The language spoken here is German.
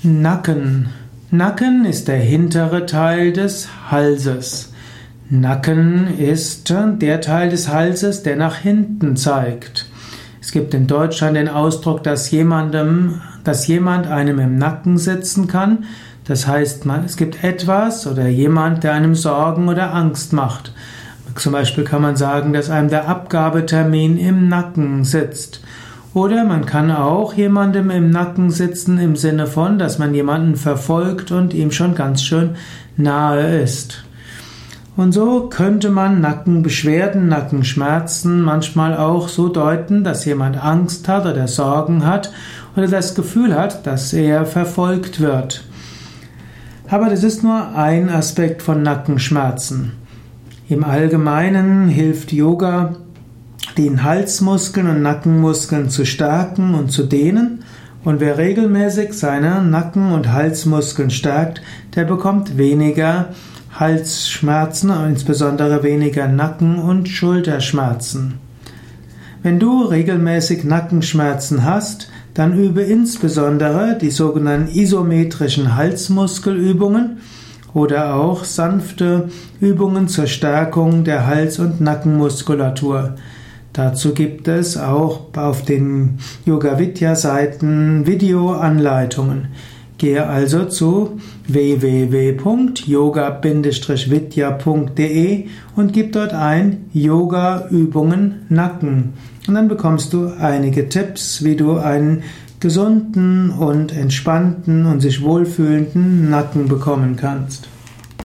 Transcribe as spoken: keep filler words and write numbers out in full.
Nacken. Nacken ist der hintere Teil des Halses. Nacken ist der Teil des Halses, der nach hinten zeigt. Es gibt in Deutschland den Ausdruck, dass jemandem, dass jemand einem im Nacken sitzen kann. Das heißt, es gibt etwas oder jemand, der einem Sorgen oder Angst macht. Zum Beispiel kann man sagen, dass einem der Abgabetermin im Nacken sitzt. Oder man kann auch jemandem im Nacken sitzen im Sinne von, dass man jemanden verfolgt und ihm schon ganz schön nahe ist. Und so könnte man Nackenbeschwerden, Nackenschmerzen manchmal auch so deuten, dass jemand Angst hat oder Sorgen hat oder das Gefühl hat, dass er verfolgt wird. Aber das ist nur ein Aspekt von Nackenschmerzen. Im Allgemeinen hilft Yoga, den Halsmuskeln und Nackenmuskeln zu stärken und zu dehnen. Und wer regelmäßig seine Nacken- und Halsmuskeln stärkt, der bekommt weniger Halsschmerzen, insbesondere weniger Nacken- und Schulterschmerzen. Wenn du regelmäßig Nackenschmerzen hast, dann übe insbesondere die sogenannten isometrischen Halsmuskelübungen oder auch sanfte Übungen zur Stärkung der Hals- und Nackenmuskulatur. Dazu gibt es auch auf den Yoga Vidya Seiten Videoanleitungen. Gehe also zu w w w punkt yoga vidya punkt d e und gib dort ein Yoga-Übungen Nacken. Und dann bekommst du einige Tipps, wie du einen gesunden und entspannten und sich wohlfühlenden Nacken bekommen kannst.